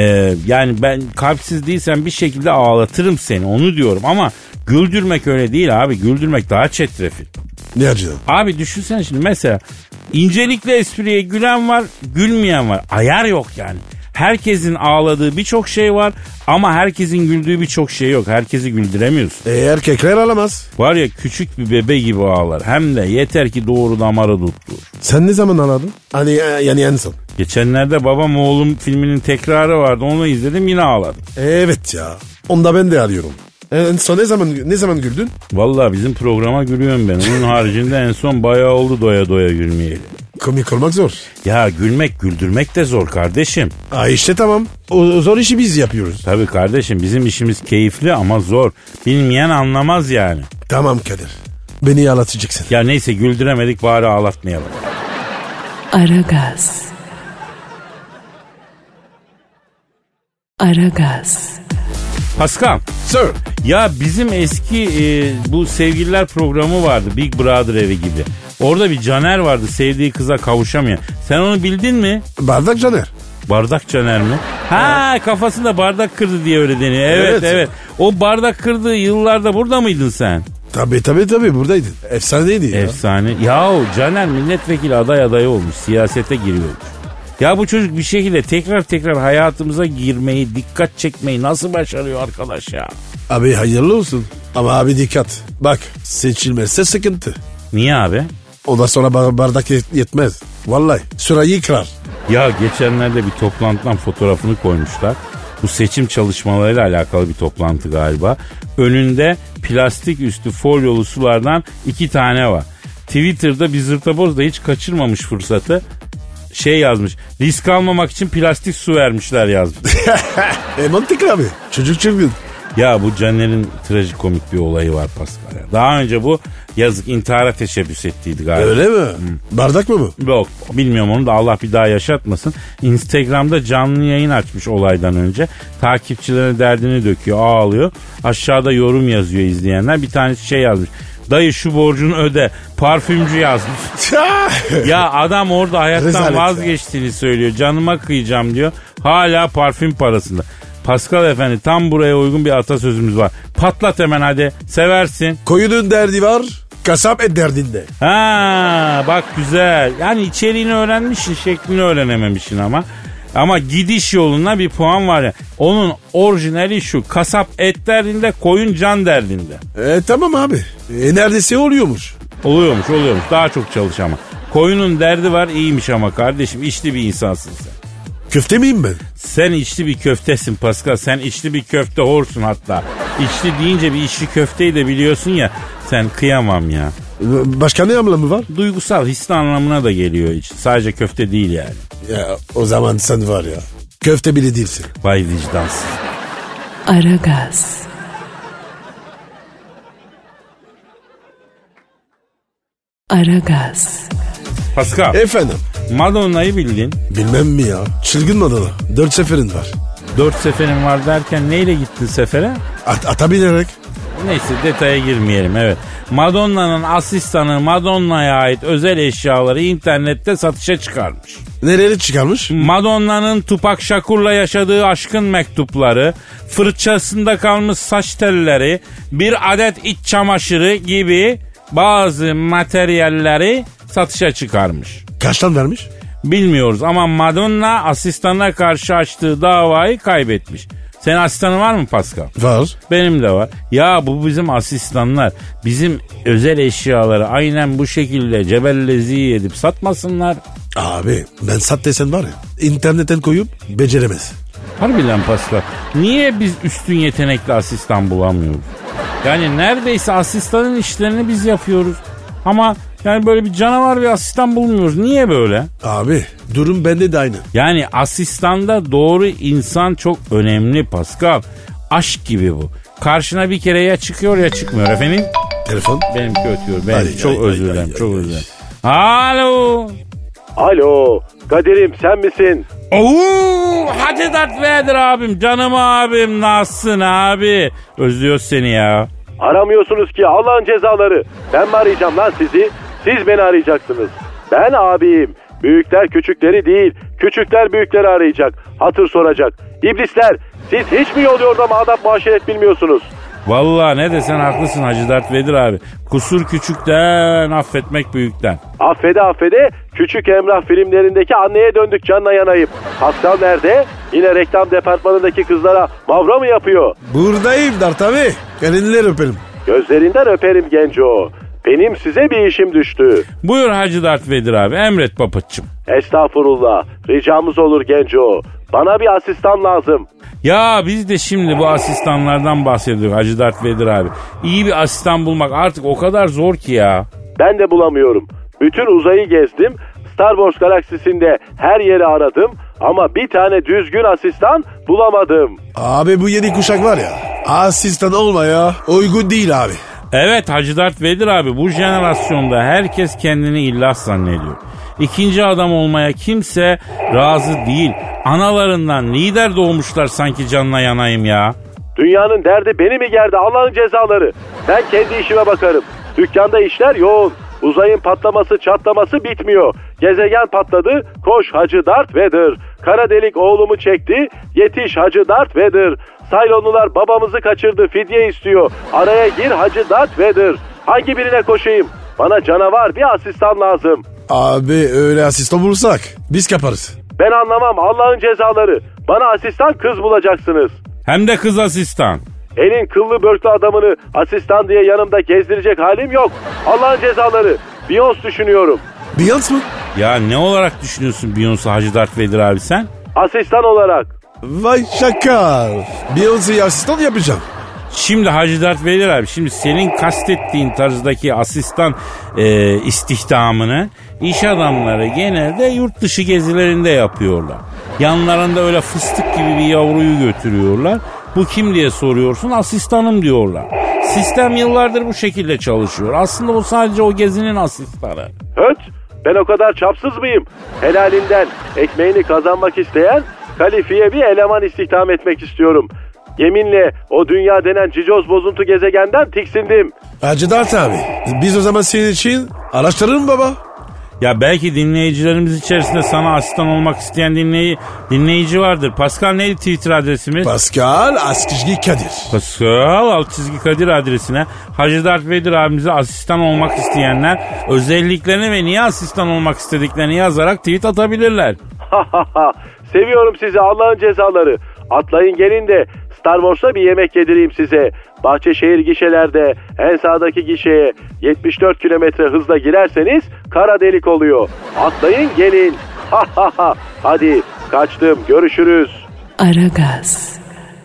Yani ben kalpsiz değilsen bir şekilde ağlatırım seni, onu diyorum ama güldürmek öyle değil abi. Güldürmek daha çetrefil. Ne acıdan? Abi düşünsene şimdi mesela incelikle espriye gülen var, gülmeyen var. Ayar yok yani. Herkesin ağladığı birçok şey var ama herkesin güldüğü birçok şey yok. Herkesi güldüremiyorsun. Erkekler ağlamaz. Var ya küçük bir bebe gibi ağlar. Hem de yeter ki doğru damarı tuttur. Sen ne zaman ağladın? Hani yani en son. Geçenlerde Babam Oğlum filminin tekrarı vardı. Onu izledim, yine ağladım. Evet ya. Onda ben de arıyorum. En son ne zaman güldün? Vallahi bizim programa gülüyorum ben. Onun haricinde en son bayağı oldu doya doya gülmeyeli. Komik olmak zor. Ya gülmek, güldürmek de zor kardeşim. İşte tamam. O zor işi biz yapıyoruz. Tabii kardeşim, bizim işimiz keyifli ama zor. Bilmeyen anlamaz yani. Tamam Kadir. Beni ağlatacaksın. Ya neyse, güldüremedik bari ağlatmayalım. Aragaz. Pascal. Sir. Ya bizim eski bu sevgililer programı vardı, Big Brother evi gibi. Orada bir Caner vardı, sevdiği kıza kavuşamayan. Sen onu bildin mi? Bardak Caner. Bardak Caner mi? Ha, kafasında bardak kırdı diye öyle deniyor. Evet. O bardak kırdığı yıllarda burada mıydın sen? Tabii buradaydın. Efsaneydi ya. Efsane. Yahu Caner milletvekili adayı olmuş. Siyasete giriyormuş. Ya bu çocuk bir şekilde tekrar hayatımıza girmeyi, dikkat çekmeyi nasıl başarıyor arkadaş ya? Abi hayırlı olsun. Ama abi dikkat. Bak, seçilmezse sıkıntı. Niye abi? Ondan sonra bardak yetmez. Vallahi sırayı kırar. Ya geçenlerde bir toplantıdan fotoğrafını koymuşlar. Bu seçim çalışmalarıyla alakalı bir toplantı galiba. Önünde plastik üstü folyolu sulardan 2 tane var. Twitter'da bir zırtaboz da hiç kaçırmamış fırsatı. Yazmış. Risk almamak için plastik su vermişler yazmış. Mantıklı abi. Çocuk çılgın. Ya bu Caner'in trajikomik bir olayı var Pascal ya. Daha önce bu yazık intihara teşebbüs ettiydi galiba. Öyle mi? Bardak mı bu? Yok bilmiyorum onu da Allah bir daha yaşatmasın. Instagram'da canlı yayın açmış olaydan önce. Takipçilerine derdini döküyor, ağlıyor. Aşağıda yorum yazıyor izleyenler. Bir tanesi yazmış. Dayı şu borcunu öde. Parfümcü yazmış. Ya adam orada hayattan Rezalet vazgeçtiğini söylüyor. Canıma kıyacağım diyor. Hala parfüm parasında. Pascal efendi tam buraya uygun bir atasözümüz var. Patlat hemen hadi. Seversin. Koyunun derdi var. Kasap et derdinde. Ha bak güzel. Yani içeriğini öğrenmişsin, şeklini öğrenememişsin ama. Ama gidiş yoluna bir puan var ya. Onun orijinali şu. Kasap et derdinde, koyun can derdinde. Tamam abi. Neredeyse oluyormuş. Oluyormuş. Daha çok çalış ama. Koyunun derdi var iyiymiş ama kardeşim. İçli bir insansın sen. Köfte miyim ben? Sen içli bir köftesin Pascal. Sen içli bir köfte horsun hatta. İçli deyince bir içli köfteyi de biliyorsun ya. Sen kıyamam ya. Başka ne anlamı var? Duygusal, hisli anlamına da geliyor hiç. Sadece köfte değil yani. Ya o zaman sen var ya. Köfte bile değilsin. Vay vicdansız. Aragaz. Aragaz. Pascal, Efendim? Madonna'yı bildin. Bilmem mi ya? Çılgın Madonna. 4 seferin var. 4 seferin var derken neyle gittin sefere? Ata binerek. Neyse detaya girmeyelim evet. Madonna'nın asistanı Madonna'ya ait özel eşyaları internette satışa çıkarmış. Nereye çıkarmış? Madonna'nın Tupac Shakur'la yaşadığı aşkın mektupları, fırçasında kalmış saç telleri, bir adet iç çamaşırı gibi bazı materyalleri satışa çıkarmış. Kaçtan vermiş? Bilmiyoruz ama Madonna asistanına karşı açtığı davayı kaybetmiş. Senin asistanın var mı Pascal? Var. Benim de var. Ya bu bizim asistanlar bizim özel eşyaları aynen bu şekilde cebellezi edip satmasınlar. Abi ben sat desen var ya internetten koyup beceremez. Harbiden Pascal. Niye biz üstün yetenekli asistan bulamıyoruz? Yani neredeyse asistanın işlerini biz yapıyoruz. Ama yani böyle bir canavar bir asistan bulmuyoruz. Niye böyle? Abi durum bende de aynı. Yani asistanda doğru insan çok önemli Pascal. Aşk gibi bu. Karşına bir kere ya çıkıyor ya çıkmıyor efendim. Telefon? Benimki ötüyor. Ben Ay, çok ay, özür ay, dilerim. ay, Çok ay, özür dilerim. Alo. Alo Kadir'im sen misin? Oo, Hacı Dert Vedir abim. Canım abim. Nasılsın abi? Özlüyoruz seni ya. Aramıyorsunuz ki Allah'ın cezaları. Ben mi arayacağım lan sizi? Siz beni arayacaksınız. Ben abiyim. Büyükler küçükleri değil. Küçükler büyükleri arayacak. Hatır soracak. İblisler siz hiç mi yol yordamı adap muaşeret bilmiyorsunuz? Vallahi ne desen haklısın Hacı Dert Vedir abi. Kusur küçükten, affetmek büyükten. Affede Küçük Emrah filmlerindeki anneye döndük canına yanayım. Pascal nerede? Yine reklam departmanındaki kızlara mavra mı yapıyor? Buradayım Dert abi. Elinden öperim. Gözlerinden öperim genco. Benim size bir işim düştü. Buyur Hacı Dert Vedir abi. Emret papaçım. Estağfurullah. Ricamız olur genco. Bana bir asistan lazım. Ya biz de şimdi bu asistanlardan bahsediyoruz Hacı Dert Vedir abi. İyi bir asistan bulmak artık o kadar zor ki ya. Ben de bulamıyorum. Bütün uzayı gezdim. Star Wars galaksisinde her yeri aradım. Ama bir tane düzgün asistan bulamadım. Abi bu yeni kuşak var ya. Asistan olma ya. Uygun değil abi. Evet Hacı Dert Vedir abi, bu jenerasyonda herkes kendini illah zannediyor. İkinci adam olmaya kimse razı değil. Analarından lider doğmuşlar sanki, canına yanayım ya. Dünyanın derdi beni mi gerdi Allah'ın cezaları? Ben kendi işime bakarım. Dükkanda işler yoğun. Uzayın patlaması çatlaması bitmiyor. Gezegen patladı, koş Hacı Dert Vedir. Kara delik oğlumu çekti, yetiş Hacı Dert Vedir. Saylonlular babamızı kaçırdı, fidye istiyor. Araya gir Hacı Dert Vedir. Hangi birine koşayım? Bana canavar bir asistan lazım. Abi öyle asistan bulursak biz kaparız. Ben anlamam Allah'ın cezaları. Bana asistan kız bulacaksınız. Hem de kız asistan. Elin kıllı börklü adamını asistan diye yanımda gezdirecek halim yok. Allah'ın cezaları. Beyoncé düşünüyorum. Beyoncé mı? Ya ne olarak düşünüyorsun Beyoncé Hacı Darth Vader abi sen? Asistan olarak. Vay şaka. Beyoncé'yi asistan yapacağım. Şimdi Hacı Darth Vader abi, şimdi senin kastettiğin tarzdaki asistan istihdamını iş adamları genelde yurt dışı gezilerinde yapıyorlar. Yanlarında öyle fıstık gibi bir yavruyu götürüyorlar. Bu kim diye soruyorsun, asistanım diyorlar. Sistem yıllardır bu şekilde çalışıyor. Aslında bu sadece o gezinin asistanı. Höt, ben o kadar çapsız mıyım? Helalinden ekmeğini kazanmak isteyen kalifiye bir eleman istihdam etmek istiyorum. Yeminle o dünya denen cicoz bozuntu gezegenden tiksindim. Hacı Dert abi. Biz o zaman senin için araştıralım baba. Ya belki dinleyicilerimiz içerisinde sana asistan olmak isteyen dinleyici vardır. Pascal neydi Twitter adresimiz? Pascal Askizgi Kadir. Pascal _Kadir adresine Hacı Darth Vader abimize asistan olmak isteyenler özelliklerini ve niye asistan olmak istediklerini yazarak tweet atabilirler. Seviyorum sizi Allah'ın cezaları. Atlayın gelin de Star Wars'ta bir yemek yedireyim size. Bahçeşehir gişelerde en sağdaki gişeye 74 kilometre hızla girerseniz kara delik oluyor. Atlayın gelin. Hadi kaçtım, görüşürüz. Aragaz.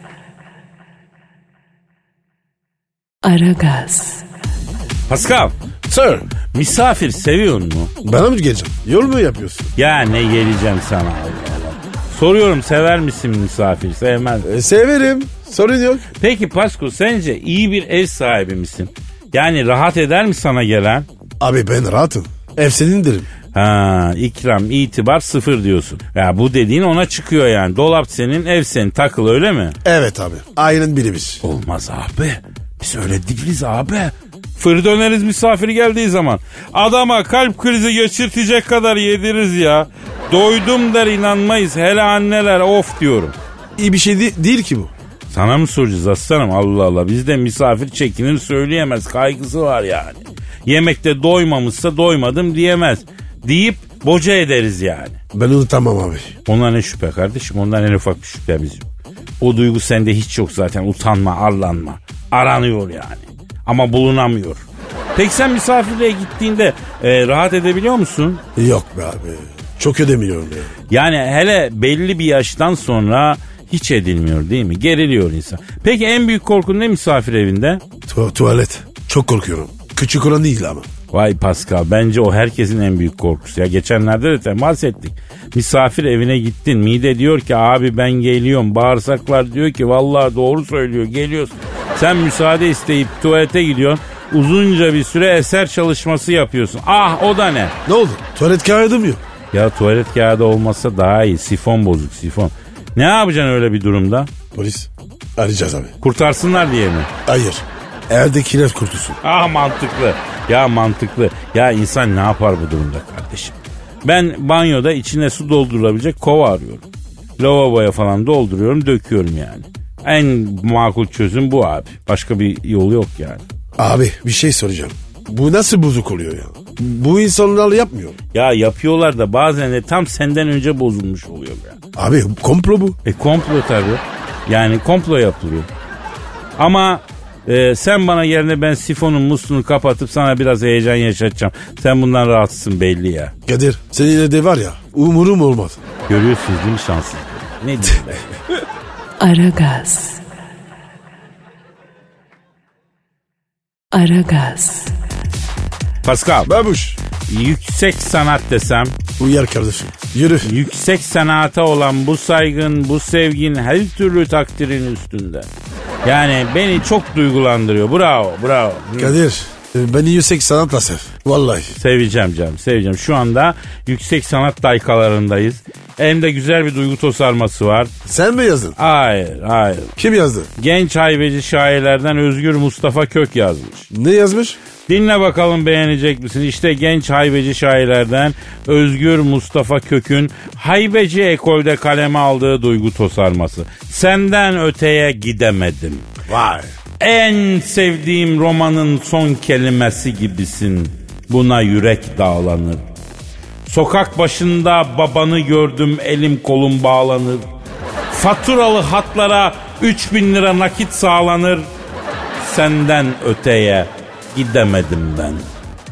Aragaz. Pascal, Sir. misafir seviyor mu? Bana mı geleceğim? Yol mu yapıyorsun? Ya ne geleceğim sana Allah Allah. Soruyorum, sever misin misafir, sevmez misin? Severim. Sorun yok. Peki Pascal, sence iyi bir ev sahibi misin? Yani rahat eder mi sana gelen? Abi ben rahatım. Ev senindirim. Ha, ikram, itibar sıfır diyorsun. Ya bu dediğin ona çıkıyor yani. Dolap senin, ev senin, takıl öyle mi? Evet abi. Aynen birimiz. Olmaz abi. Biz öyle değiliz abi. Fır döneriz misafir geldiği zaman. Adama kalp krizi geçirtecek kadar yediririz ya. Doydum der, inanmayız. Hele anneler of diyorum. İyi bir şey değil ki bu. Sana mı soracağız aslanım? Allah Allah. Bizde misafir çekinir söyleyemez. Kaygısı var yani. Yemekte doymamışsa doymadım diyemez. Deyip boca ederiz yani. Ben unutamam abi. Ondan ne şüphe kardeşim? Ondan en ufak bir şüphemiz yok. O duygu sende hiç yok zaten. Utanma, arlanma. Aranıyor yani. Ama bulunamıyor. Peki sen misafirliğe gittiğinde rahat edebiliyor musun? Yok be abi. Çok ödemiyorum ya. Yani hele belli bir yaştan sonra hiç edilmiyor değil mi? Geriliyor insan. Peki en büyük korkun ne misafir evinde? Tuvalet. Çok korkuyorum. Küçük olan değil ama. Vay Pascal, bence o herkesin en büyük korkusu ya. Geçenlerde de temas ettik. Misafir evine gittin, mide diyor ki abi ben geliyorum. Bağırsaklar diyor ki vallahi doğru söylüyor, geliyorsun. Sen müsaade isteyip tuvalete gidiyorsun. Uzunca bir süre eser çalışması yapıyorsun. Ah o da ne? Ne oldu? Tuvalet kağıdı mı yok? Ya tuvalet kağıdı olmasa daha iyi. Sifon bozuk, sifon. Ne yapacaksın öyle bir durumda? Polis. Arayacağız abi. Kurtarsınlar diye mi? Hayır. Evdekiler kurtulsun. Ah mantıklı. Ya mantıklı. Ya insan ne yapar bu durumda kardeşim? Ben banyoda içine su doldurulabilecek kova arıyorum. Lavaboya falan dolduruyorum, döküyorum yani. En makul çözüm bu abi. Başka bir yolu yok yani. Abi bir şey soracağım. Bu nasıl bozuk oluyor ya? Bu insanlar yapmıyor. Ya yapıyorlar da bazen de tam senden önce bozulmuş oluyor ya. Abi komplo bu. Komplo tabii. Yani komplo yapılıyor. Ama sen bana yerine ben sifonun musluğunu kapatıp sana biraz heyecan yaşatacağım. Sen bundan rahatsızsın belli ya. Kadir seninle de var ya umurum olmaz. Görüyorsunuz değil mi şanssız? Ne diyeyim ben? Aragaz. Aragaz. Pascal. Babuş. Yüksek sanat desem. Uyar kardeşim. Yürü. Yüksek sanata olan bu saygın, bu sevgin her türlü takdirin üstünde. Yani beni çok duygulandırıyor. Bravo, bravo. Kadir beni yüksek sanatla sev. Vallahi. Seveceğim canım, seveceğim. Şu anda yüksek sanat daykalarındayız. Hem de güzel bir duygu tosarması var. Sen mi yazdın? Hayır, hayır. Kim yazdı? Genç haybeci şairlerden Özgür Mustafa Kök yazmış. Ne yazmış? Dinle bakalım, beğenecek misin? İşte genç haybeci şairlerden Özgür Mustafa Kök'ün haybeci ekolde kaleme aldığı duygu tosarması. Senden öteye gidemedim. Vay. En sevdiğim romanın son kelimesi gibisin. Buna yürek dağlanır. Sokak başında babanı gördüm, elim kolum bağlanır. Faturalı hatlara 3000 lira nakit sağlanır. Senden öteye gidemedim ben.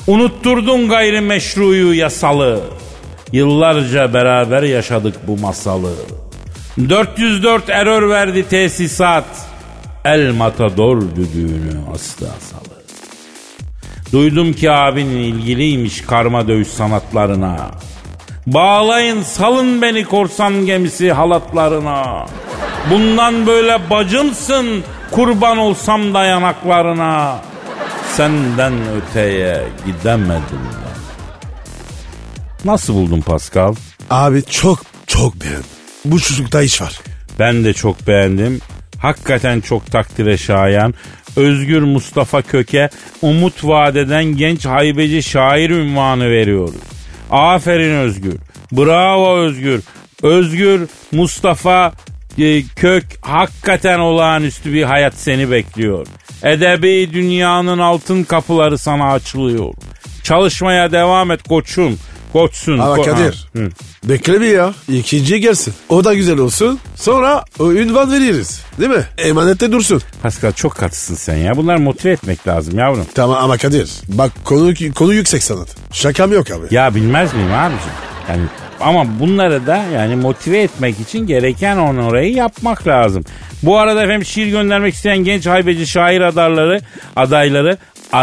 Unutturdun gayrimeşruyu yasalı. Yıllarca beraber yaşadık bu masalı. 404 error verdi tesisat. El Matador düdüğünü asla salı. Duydum ki abinin ilgiliymiş karma dövüş sanatlarına. Bağlayın salın beni korsan gemisi halatlarına. Bundan böyle bacımsın, kurban olsam da yanaklarına. Senden öteye gidemedim ben. Nasıl buldun Pascal? Abi çok beğendim. Bu çocukta iş var. Ben de çok beğendim. Hakikaten çok takdire şayan. Özgür Mustafa Kök'e umut vadeden genç haybeci şair unvanı veriyoruz. Aferin Özgür. Bravo Özgür. Özgür Mustafa Kök, hakikaten olağanüstü bir hayat seni bekliyor. Edebi dünyanın altın kapıları sana açılıyor. Çalışmaya devam et koçum. Koçsun. Ama Kadir, bekle bir ya. İkinciye gelsin. O da güzel olsun. Sonra o ünvan veririz. Değil mi? Emanette dursun. Pascal çok katısın sen ya. Bunları motive etmek lazım yavrum. Tamam ama Kadir, bak konu yüksek sanat. Şakam yok abi. Ya bilmez miyim abicim? Yani ama bunları da yani motive etmek için gereken orayı yapmak lazım. Bu arada efendim şiir göndermek isteyen genç haybeci şair adayları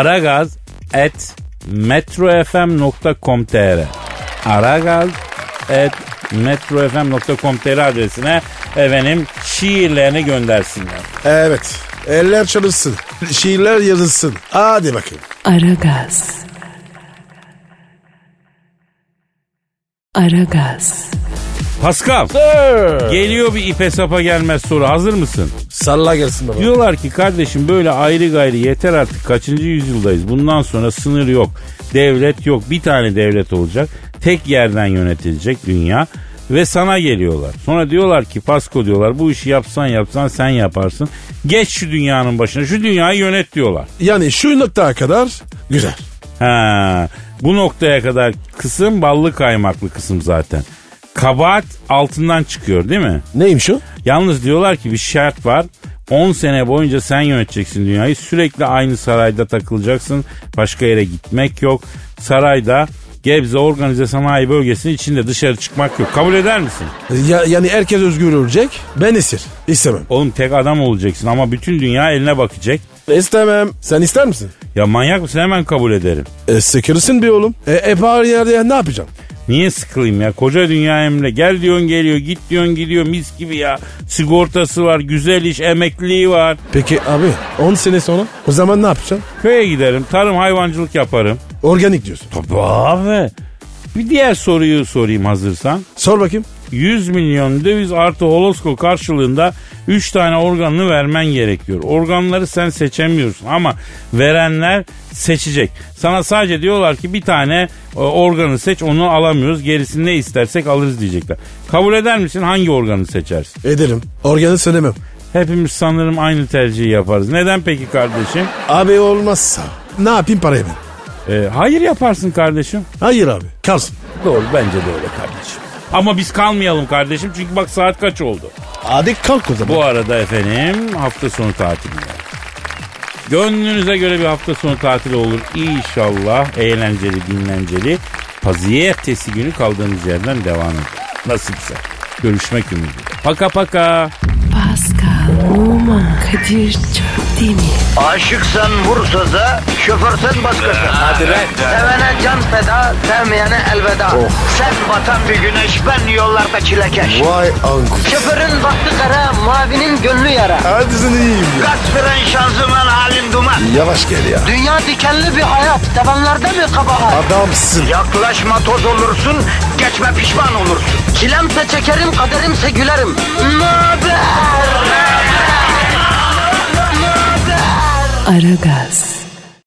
aragaz@metrofm.com.tr aragaz@metrofm.com.tr adresine efendim şiirlerini göndersinler. Evet. Eller çalışsın. Şiirler yazılsın. Hadi bakayım. Aragaz. Aragaz. Pascal. Geliyor bir ipe sapa gelmez soru. Hazır mısın? Salla gelsin baba. Diyorlar ki kardeşim böyle ayrı gayrı yeter artık, kaçıncı yüzyıldayız? Bundan sonra sınır yok. Devlet yok. Bir tane devlet olacak. Tek yerden yönetilecek dünya. Ve sana geliyorlar. Sonra diyorlar ki Pasko diyorlar, bu işi yapsan sen yaparsın. Geç şu dünyanın başına. Şu dünyayı yönet diyorlar. Yani şu noktaya kadar güzel. Bu noktaya kadar kısım ballı kaymaklı kısım zaten. Kabahat altından çıkıyor değil mi? Neymiş o? Yalnız diyorlar ki bir şart var. 10 sene boyunca sen yöneteceksin dünyayı. Sürekli aynı sarayda takılacaksın. Başka yere gitmek yok. Sarayda Gebze Organize Sanayi Bölgesi'nin içinde, dışarı çıkmak yok. Kabul eder misin? Yani herkes özgür olacak. Ben esir. İstemem. Oğlum tek adam olacaksın ama bütün dünya eline bakacak. İstemem. Sen ister misin? Ya manyak mısın? Hemen kabul ederim. Sıkırsın bir oğlum. Bari yerde ne yapacağım? Niye sıkılayım ya? Koca dünya emre. Gel diyorsun geliyor, git diyorsun gidiyor, mis gibi ya. Sigortası var, güzel iş, emekliliği var. Peki abi 10 sene sonra o zaman ne yapacağım? Köye giderim, tarım hayvancılık yaparım. Organik diyorsun. Tabii abi. Bir diğer soruyu sorayım hazırsan. Sor bakayım. 100 milyon döviz artı holosko karşılığında 3 tane organını vermen gerekiyor. Organları sen seçemiyorsun ama verenler seçecek. Sana sadece diyorlar ki bir tane organı seç, onu alamıyoruz. Gerisini ne istersek alırız diyecekler. Kabul eder misin? Hangi organı seçersin? Ederim. Organı söylemem. Hepimiz sanırım aynı tercihi yaparız. Neden peki kardeşim? Abi olmazsa ne yapayım parayı ben? Hayır yaparsın kardeşim. Hayır abi kalsın. Doğru, bence de öyle kardeşim. Ama biz kalmayalım kardeşim, çünkü bak saat kaç oldu. Hadi kalk o zaman. Bu arada efendim hafta sonu tatili. Gönlünüze göre bir hafta sonu tatili olur İnşallah. Eğlenceli, dinlenceli. Paziyertesi günü kaldığımız yerden devam edelim. Nasipse. Görüşmek ümidiyle. Paka paka. Pascal, Oman, Kadir çok değil mi? Aşıksan vursa da, şoförsen başkasın. Hadi lan. Sevene can feda, sevmeyene elveda. Sen batan bir güneş, ben yollarda çilekeş. Vay anku. Şoförün baktı kara, mavinin gönlü yara. Hadi sen iyiyim ya. Kasperen şanzıman halin duman. Yavaş gel ya. Dünya dikenli bir hayat, sevenlerde mi kabahar? Adamsın. Yaklaşma toz olursun, geçme pişman olursun. Çilemse çekerim, kaderimse gülerim. Möber! Aragaz.